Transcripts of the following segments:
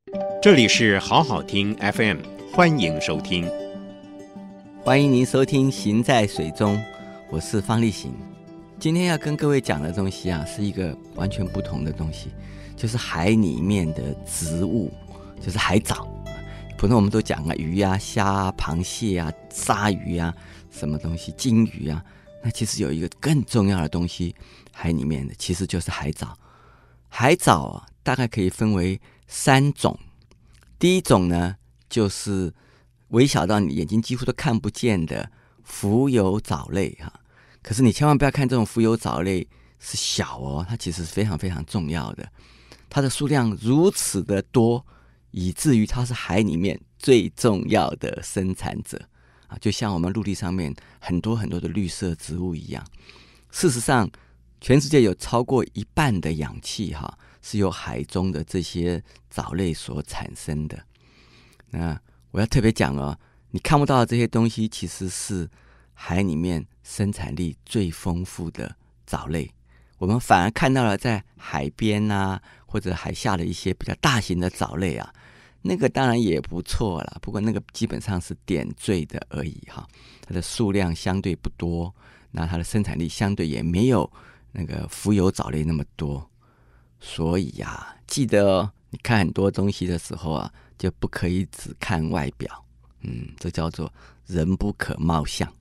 这里是好好听 FM， 欢迎收听。 欢迎您收听《行在水中》，我是方力行。今天要跟各位讲的东西啊，是一个完全不同的东西，就是海里面的植物，就是海藻。普通我们都讲啊，鱼啊、虾啊、螃蟹啊、鲨鱼啊，什么东西，金鱼啊。那其实有一个更重要的东西，海里面的其实就是海藻。海藻啊，大概可以分为3种。第一种呢，就是微小到你眼睛几乎都看不见的浮游藻类哈。可是你千万不要看这种浮游藻类是小哦，它其实是非常非常重要的。它的数量如此的多，以至于它是海里面最重要的生产者啊，就像我们陆地上面很多很多的绿色植物一样。事实上，全世界有超过1半的氧气哈，是由海中的这些藻类所产生的。那我要特别讲哦，你看不到的这些东西，其实是海里面生产力最丰富的藻类。我们反而看到了在海边啊，或者海下的一些比较大型的藻类啊，那个当然也不错啦，不过那个基本上是点缀的而已哈，它的数量相对不多，那它的生产力相对也没有那个浮游藻类那么多。所以啊，记得哦，你看很多东西的时候啊，就不可以只看外表，这叫做人不可貌相。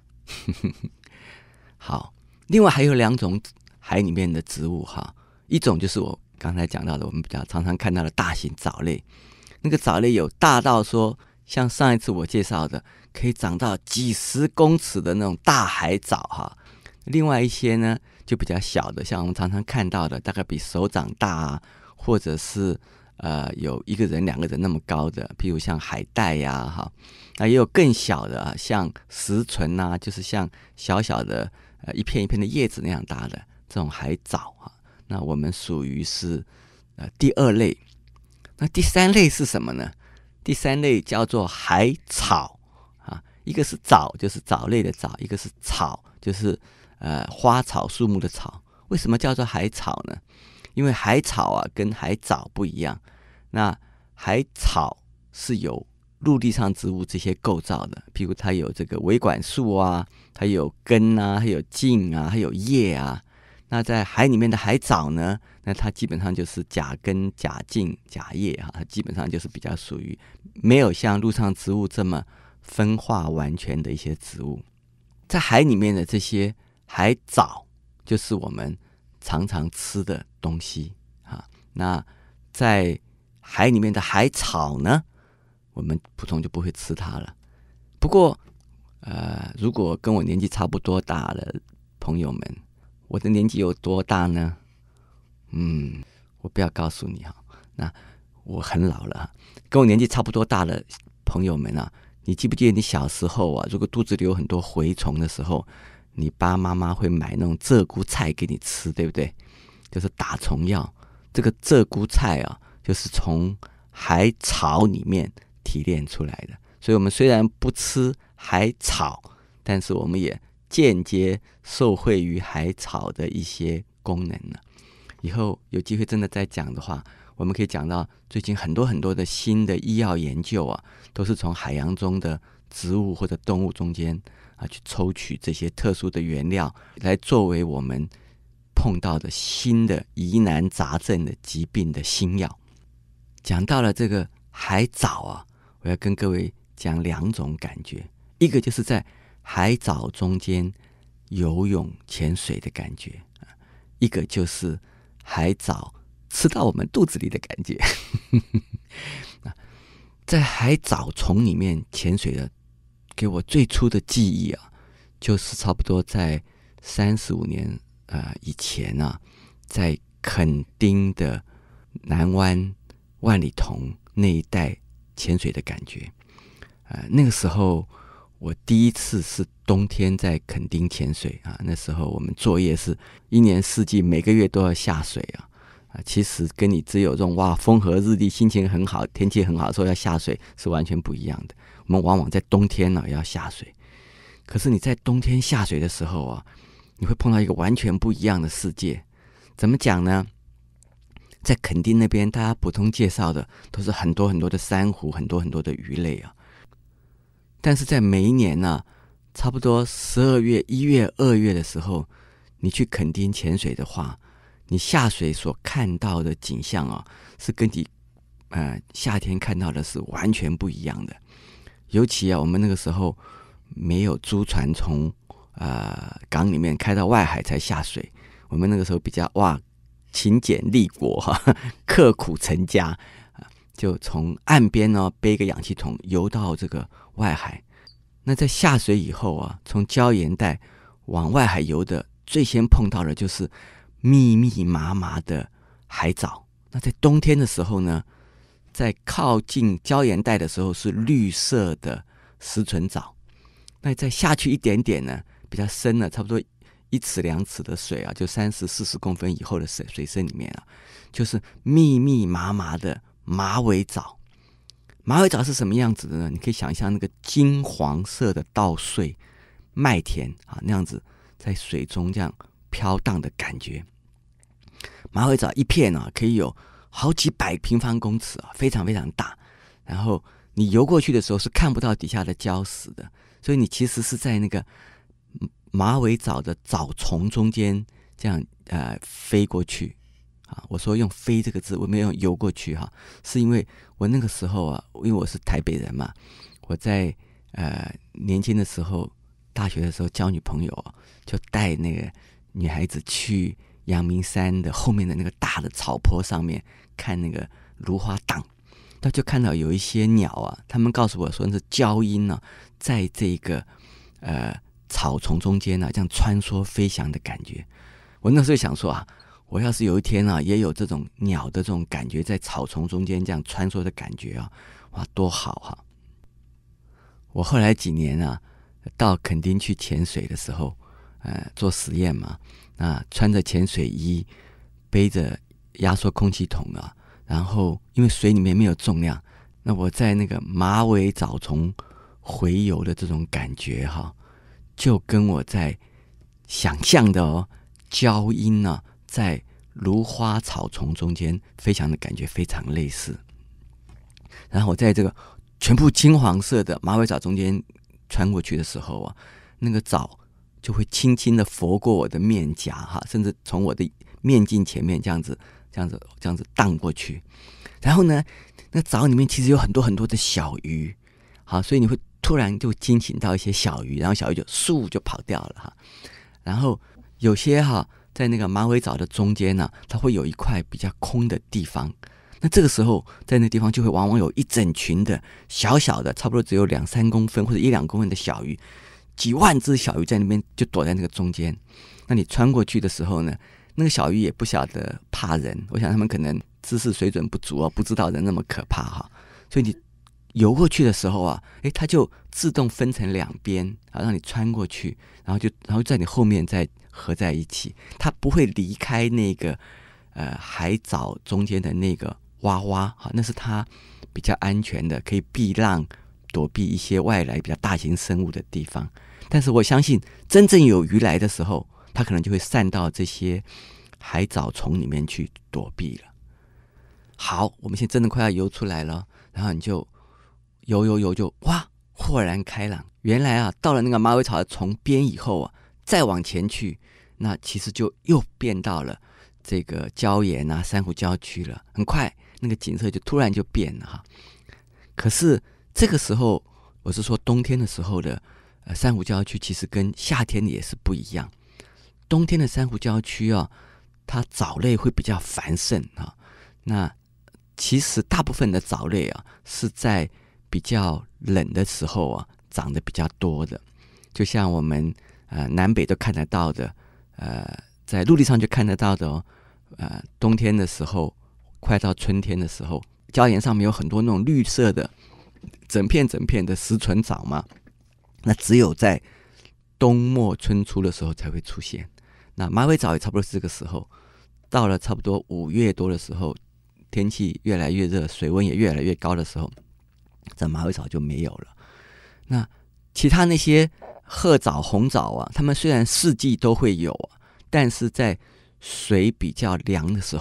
好，另外还有2种海里面的植物哈，一种就是我刚才讲到的，我们比较常常看到的大型藻类。那个藻类有大到说，像上一次我介绍的，可以长到几十公尺的那种大海藻哈。另外一些呢，就比较小的，像我们常常看到的，大概比手掌大啊，或者是有1个人、2个人那么高的，譬如像海带呀哈，那也有更小的啊，像石唇啊，就是像小小的一片一片的叶子那样大的这种海藻啊。那我们属于是第2类。那第3类是什么呢？第3类叫做海草啊，一个是藻，就是藻类的藻；一个是草，就是花草树木的草。为什么叫做海草呢？因为海草啊跟海藻不一样，那海草是由陆地上植物这些构造的，譬如它有这个维管束啊，它有根啊，它有茎啊，它有叶啊。那在海里面的海藻呢，那它基本上就是甲根、甲茎、甲叶哈，它基本上就是比较属于没有像陆上植物这么分化完全的一些植物。在海里面的这些海藻，就是我们常常吃的东西啊。那在海里面的海草呢，我们普通就不会吃它了。不过，如果跟我年纪差不多大的朋友们，我的年纪有多大呢？我不要告诉你哈。那我很老了，跟我年纪差不多大的朋友们啊，你记不记得你小时候啊，如果肚子里有很多蛔虫的时候，你爸妈妈会买那种鹧鸪菜给你吃，对不对？就是打虫药。这个鹧鸪菜啊，就是从海草里面提炼出来的。所以我们虽然不吃海草，但是我们也间接受惠于海草的一些功能呢。以后有机会真的再讲的话，我们可以讲到最近很多很多的新的医药研究啊，都是从海洋中的植物或者动物中间去抽取这些特殊的原料，来作为我们碰到的新的疑难杂症的疾病的新药。讲到了这个海藻啊，我要跟各位讲2种感觉，一个就是在海藻中间游泳潜水的感觉，一个就是海藻吃到我们肚子里的感觉。在海藻丛里面潜水的，给我最初的记忆啊，就是差不多在35年以前啊，在垦丁的南湾万里桐那一带潜水的感觉。那个时候我第一次是冬天在垦丁潜水啊，那时候我们作业是1年4季每个月都要下水啊。其实跟你只有这种风和日丽、心情很好、天气很好的时候要下水是完全不一样的。我们往往在冬天呢要下水，可是你在冬天下水的时候啊，你会碰到一个完全不一样的世界。怎么讲呢？ 在垦丁那边，大家普通介绍的都是很多很多的珊瑚，很多很多的鱼类啊。但是在每一年呢，差不多12月、1月、2月的时候，你去垦丁潜水的话，你下水所看到的景象啊，是跟你夏天看到的是完全不一样的。尤其啊，我们那个时候没有租船从港里面开到外海才下水，我们那个时候比较勤俭立国刻苦成家，就从岸边呢背个氧气筒游到这个外海。那在下水以后啊，从礁岩带往外海游的，最先碰到的就是密密麻麻的海藻。那在冬天的时候呢，在靠近礁岩带的时候是绿色的石唇藻。那再下去一点点呢，比较深了，差不多1尺2尺的水啊，就30、40公分以后的水深里面啊，就是密密麻麻的马尾藻。马尾藻是什么样子的呢？你可以想象那个金黄色的稻穗、麦田啊，那样子在水中这样飘荡的感觉。马尾藻一片啊，可以有好几百平方公尺啊，非常非常大。然后你游过去的时候是看不到底下的礁石的，所以你其实是在那个马尾藻的藻丛中间这样飞过去啊。我说用飞这个字，我没有用游过去哈，是因为我那个时候啊，因为我是台北人嘛，我在年轻的时候，大学的时候交女朋友，就带那个女孩子去阳明山的后面的那个大的草坡上面看那个芦花荡，那就看到有一些鸟啊，他们告诉我说是鹪鹰啊，在这个草丛中间啊，这样穿梭飞翔的感觉。我那时候想说啊，我要是有一天啊，也有这种鸟的这种感觉，在草丛中间这样穿梭的感觉啊，哇，多好哈！我后来几年啊，到垦丁去潜水的时候，做实验嘛，穿着潜水衣，背着压缩空气筒啊，然后因为水里面没有重量，那我在那个马尾藻丛回游的这种感觉哈，就跟我在想象的鹪鹰啊，在芦花草丛中间飞翔的感觉非常类似。然后我在这个全部金黄色的马尾藻中间穿过去的时候啊，那个藻就会轻轻的拂过我的面颊哈，甚至从我的面镜前面这样子荡过去。然后呢，那藻里面其实有很多很多的小鱼，好，所以你会突然就惊醒到一些小鱼，然后小鱼就嗖就跑掉了哈。然后有些在那个马尾藻的中间呢，它会有一块比较空的地方。那这个时候在那个地方就会往往有一整群的小小的，差不多只有2、3公分或者1、2公分的小鱼，几万只小鱼在那边就躲在那个中间。那你穿过去的时候呢，那个小鱼也不晓得怕人，我想他们可能知识水准不足不知道人那么可怕哈。所以你游过去的时候啊，它就自动分成2边让你穿过去，然后在你后面再合在一起，它不会离开那个海藻中间的那个洼洼，那是它比较安全的，可以避浪躲避一些外来比较大型生物的地方。但是我相信真正有鱼来的时候，它可能就会散到这些海藻丛里面去躲避了。好，我们现在真的快要游出来了，然后你就游就豁然开朗，原来到了那个马尾草的丛边以后再往前去，那其实就又变到了这个礁岩珊瑚礁区了。很快那个景色就突然就变了哈。可是这个时候，我是说冬天的时候的珊瑚礁区，其实跟夏天也是不一样。冬天的珊瑚礁区它藻类会比较繁盛那其实大部分的藻类是在比较冷的时候长得比较多的，就像我们南北都看得到的，在陆地上就看得到的冬天的时候，快到春天的时候，礁岩上面有很多那种绿色的整片整片的石唇藻嘛，那只有在冬末春初的时候才会出现。那马尾藻也差不多是这个时候，到了差不多5月多的时候，天气越来越热，水温也越来越高的时候，这马尾藻就没有了。那其他那些褐藻、红藻它们虽然四季都会有但是在水比较凉的时候，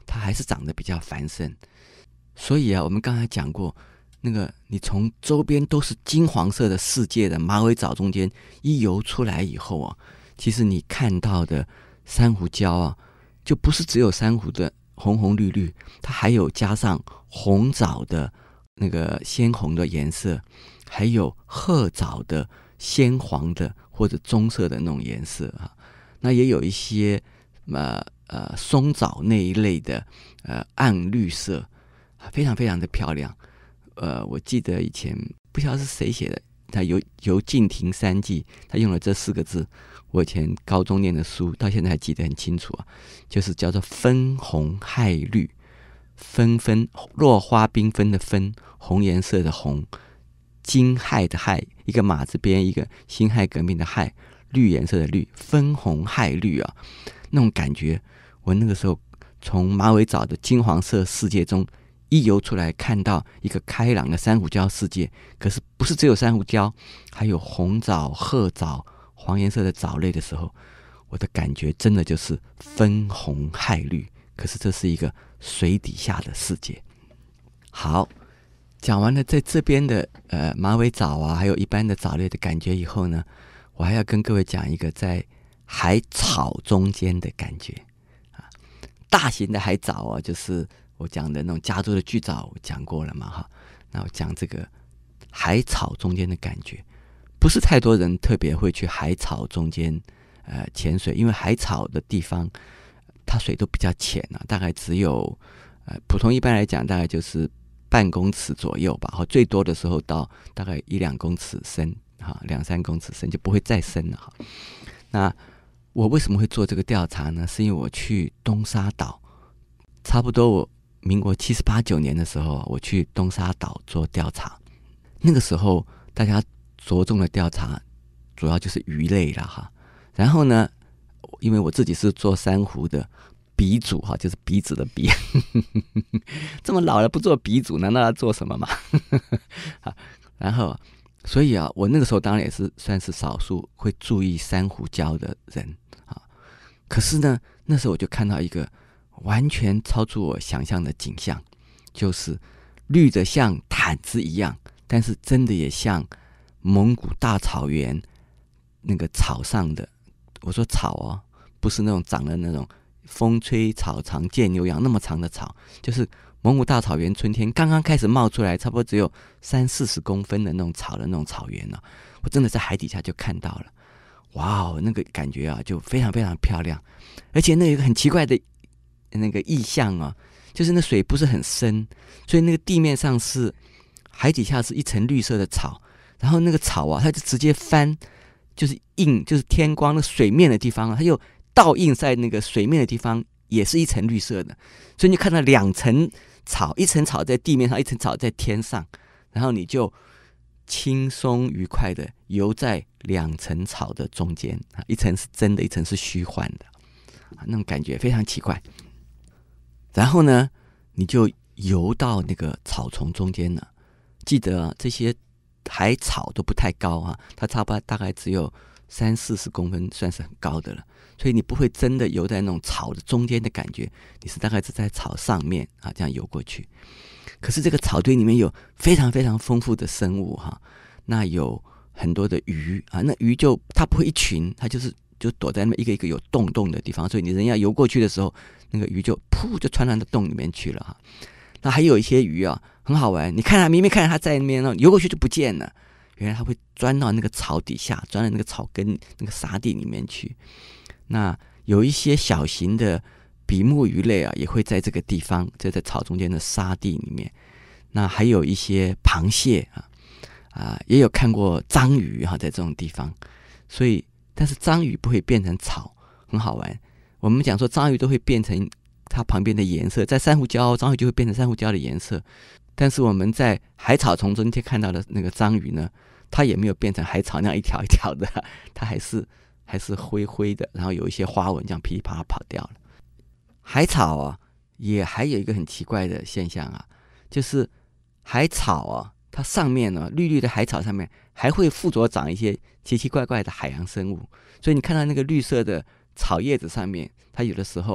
它还是长得比较繁盛。所以啊，我们刚才讲过，那个你从周边都是金黄色的世界的马尾藻中间一游出来以后啊，其实你看到的珊瑚礁啊，就不是只有珊瑚的红红绿绿，它还有加上红藻的那个鲜红的颜色，还有褐藻的鲜黄的或者棕色的那种颜色啊。那也有一些松藻那一类的暗绿色，非常非常的漂亮。我记得以前不知道是谁写的，他游敬亭三季，他用了这4个字，我以前高中念的书到现在还记得很清楚啊，就是叫做分红蒅绿。纷落花缤纷的纷，红颜色的红，惊骇的骇，一个马字边一个辛亥革命的亥，绿颜色的绿，分红蒅绿啊，那种感觉，我那个时候从马尾藻的金黄色世界中一游出来，看到一个开朗的珊瑚礁世界，可是不是只有珊瑚礁，还有红藻、褐藻、黄颜色的藻类的时候，我的感觉真的就是分红蒅绿。可是这是一个水底下的世界。好，讲完了在这边的马尾藻啊，还有一般的藻类的感觉以后呢，我还要跟各位讲一个在海草中间的感觉啊。大型的海藻啊，就是我讲的那种加州的巨藻，我讲过了嘛哈。那我讲这个海草中间的感觉，不是太多人特别会去海草中间潜水，因为海草的地方它水都比较浅啊，大概只有普通一般来讲大概就是半公尺左右吧，最多的时候到大概1-2公尺深，2-3公尺深就不会再深了哈。那我为什么会做这个调查呢？是因为我去东沙岛，差不多我民国78、9年的时候，我去东沙岛做调查。那个时候大家着重的调查主要就是鱼类啦哈。然后呢，因为我自己是做珊瑚的鼻祖哈，就是鼻子的鼻这么老了不做鼻祖，难道要做什么嘛然后所以啊，我那个时候当然也是算是少数会注意珊瑚礁的人啊。可是呢，那时候我就看到一个完全超出我想象的景象，就是绿的像毯子一样，但是真的也像蒙古大草原那个草上的，我说草哦，不是那种长了那种风吹草长见牛羊那么长的草，就是蒙古大草原春天刚刚开始冒出来，差不多只有30-40公分的那种草的那种草原哦，我真的在海底下就看到了，哇哦，那个感觉啊，就非常非常漂亮。而且那有一个很奇怪的那个意象哦，就是那水不是很深，所以那个地面上是海底下是一层绿色的草，然后那个草啊，它就直接翻，就是映，就是天光那水面的地方啊，它又倒映在那个水面的地方，也是一层绿色的，所以你看到2层草，一层草在地面上，一层草在天上，然后你就轻松愉快的游在2层草的中间，一层是真的，一层是虚幻的，那种感觉非常奇怪。然后呢，你就游到那个草丛中间了。记得啊，这些海草都不太高啊，它差不多大概只有30-40公分，算是很高的了。所以你不会真的游在那种草的中间的感觉，你是大概是在草上面啊这样游过去。可是这个草堆里面有非常非常丰富的生物哈，那有很多的鱼啊，那鱼就它不会一群，它就躲在那么一个一个有洞的地方，所以你人要游过去的时候，那个鱼就噗就穿到那洞里面去了哈。那还有一些鱼啊，很好玩，你看它明明看到它在那边，游过去就不见了，原来它会钻到那个草底下，钻到那个草根那个沙地里面去。那有一些小型的比目鱼类啊，也会在这个地方，就在草中间的沙地里面。那还有一些螃蟹也有看过章鱼在这种地方。所以，但是章鱼不会变成草，很好玩。我们讲说章鱼都会变成它旁边的颜色，在珊瑚礁，章鱼就会变成珊瑚礁的颜色。但是我们在海草丛中间看到的那个章鱼呢，它也没有变成海草那样一条一条的，它还是灰灰的，然后有一些花纹这样噼里啪啦跑掉了。海草啊，也还有一个很奇怪的现象啊，就是海草啊，它上面呢，绿绿的海草上面还会附着长一些奇奇怪怪的海洋生物，所以你看到那个绿色的草叶子上面，它有的时候啊，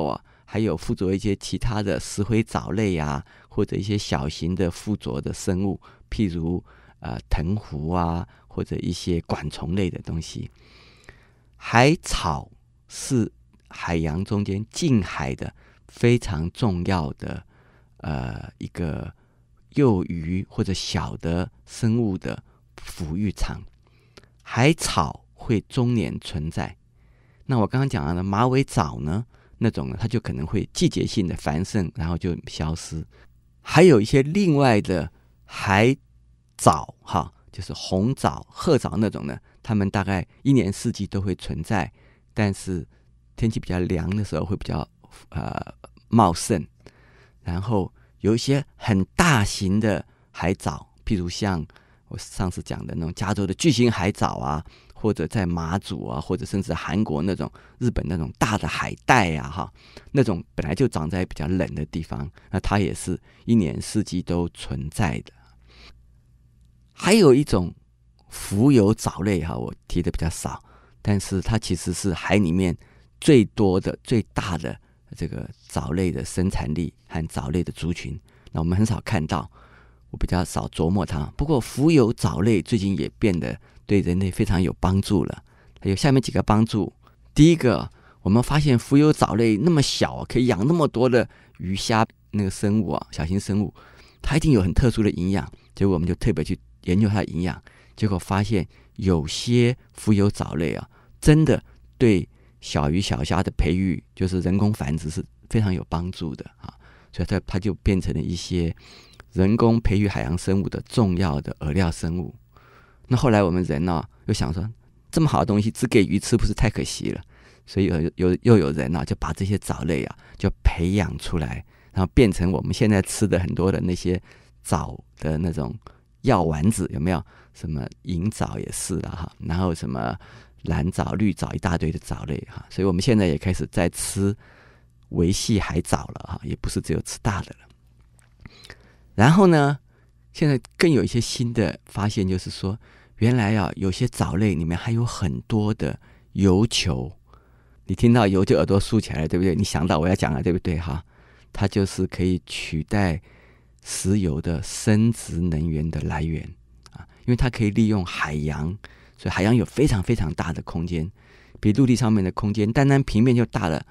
还有附着一些其他的石灰藻类啊，或者一些小型的附着的生物，譬如藤壶啊，或者一些管虫类的东西。海草是海洋中间近海的非常重要的一个幼鱼或者小的生物的抚育场。海草会终年存在。那我刚刚讲的马尾藻呢，那种呢，它就可能会季节性的繁盛，然后就消失。还有一些另外的海藻哈，就是红藻、褐藻那种呢，它们大概一年四季都会存在，但是天气比较凉的时候会比较茂盛。然后有一些很大型的海藻，譬如像我上次讲的那种加州的巨型海藻啊，或者在马祖啊，或者甚至韩国那种、日本那种大的海带啊，哈，那种本来就长在比较冷的地方，那它也是一年四季都存在的。还有一种浮游藻类哈，我提的比较少，但是它其实是海里面最多的、最大的这个藻类的生产力和藻类的族群。那我们很少看到，我比较少琢磨它。不过浮游藻类最近也变得对人类非常有帮助了。有下面几个帮助。第一个，我们发现浮游藻类那么小，可以养那么多的鱼虾那个生物啊，小型生物，它一定有很特殊的营养。结果我们就特别去研究它的营养，结果发现有些浮游藻类啊，真的对小鱼小虾的培育，就是人工繁殖是非常有帮助的啊。所以它就变成了一些人工培育海洋生物的重要的饵料生物。那后来我们人呢，又想说，这么好的东西只给鱼吃，不是太可惜了？所以又有人就把这些藻类就培养出来，然后变成我们现在吃的很多的那些藻的那种药丸子，有没有？什么银藻也是啦哈，然后什么蓝藻、绿藻，一大堆的藻类哈。所以我们现在也开始在吃维系海藻了哈，也不是只有吃大的了。然后呢，现在更有一些新的发现，就是说，原来有些藻类里面还有很多的油球。你听到油就耳朵竖起来了，对不对？你想到我要讲了，对不对哈？它就是可以取代石油的生质能源的来源啊，因为它可以利用海洋，所以海洋有非常非常大的空间，比陆地上面的空间单单平面就大了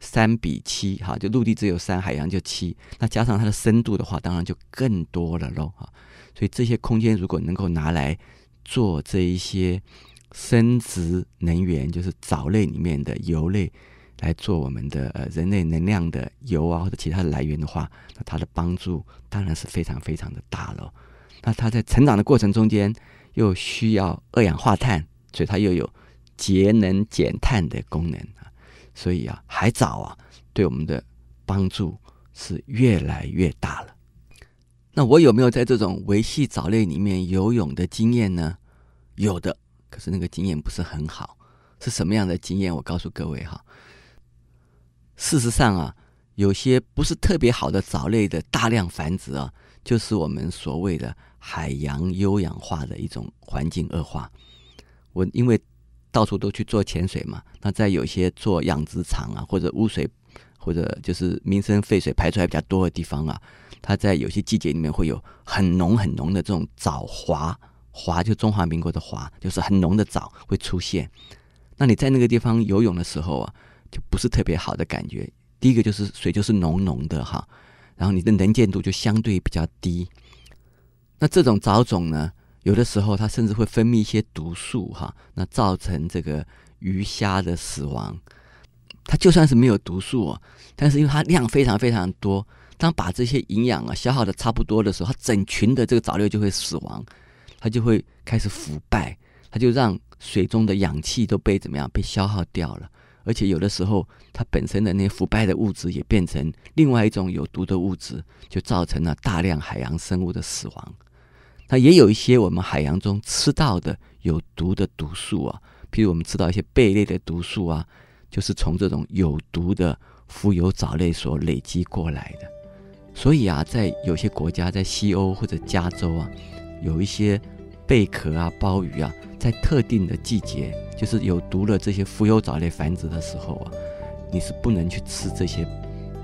3:7哈，就陆地只有3，海洋就7，那加上它的深度的话，当然就更多了咯哈。所以这些空间如果能够拿来做这一些生质能源，就是藻类里面的油类，来做我们的人类能量的油啊或者其他的来源的话，那它的帮助当然是非常非常的大了。那它在成长的过程中间又需要二氧化碳，所以它又有节能减碳的功能啊。所以海藻对我们的帮助是越来越大了。那我有没有在这种维系藻类里面游泳的经验呢？有的，可是那个经验不是很好。是什么样的经验？我告诉各位哈。事实上有些不是特别好的藻类的大量繁殖就是我们所谓的海洋优氧化的一种环境恶化。我因为到处都去做潜水嘛，那在有些做养殖场或者污水或者就是民生废水排出来比较多的地方它在有些季节里面会有很浓很浓的这种藻华，华就中华民国的华，就是很浓的藻会出现。那你在那个地方游泳的时候就不是特别好的感觉。第一个就是水就是浓浓的哈，然后你的能见度就相对比较低。那这种藻种呢，有的时候它甚至会分泌一些毒素哈，那造成这个鱼虾的死亡。它就算是没有毒素但是因为它量非常非常多，当把这些营养消耗的差不多的时候，它整群的这个藻类就会死亡，它就会开始腐败，它就让水中的氧气都被怎么样被消耗掉了。而且有的时候它本身的那些腐败的物质也变成另外一种有毒的物质，就造成了大量海洋生物的死亡。那也有一些我们海洋中吃到的有毒的毒素譬如我们吃到一些贝类的毒素就是从这种有毒的浮游藻类所累积过来的。所以在有些国家，在西欧或者加州有一些贝壳鲍鱼在特定的季节，就是有毒了这些浮游藻类繁殖的时候你是不能去吃这些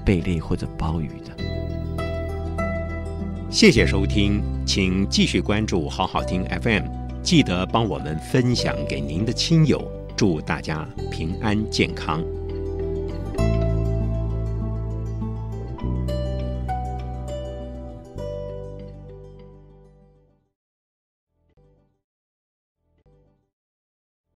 贝类或者鲍鱼的。 谢谢收听，请继续关注好好听 FM， 记得帮我们分享给您的亲友，祝大家平安健康。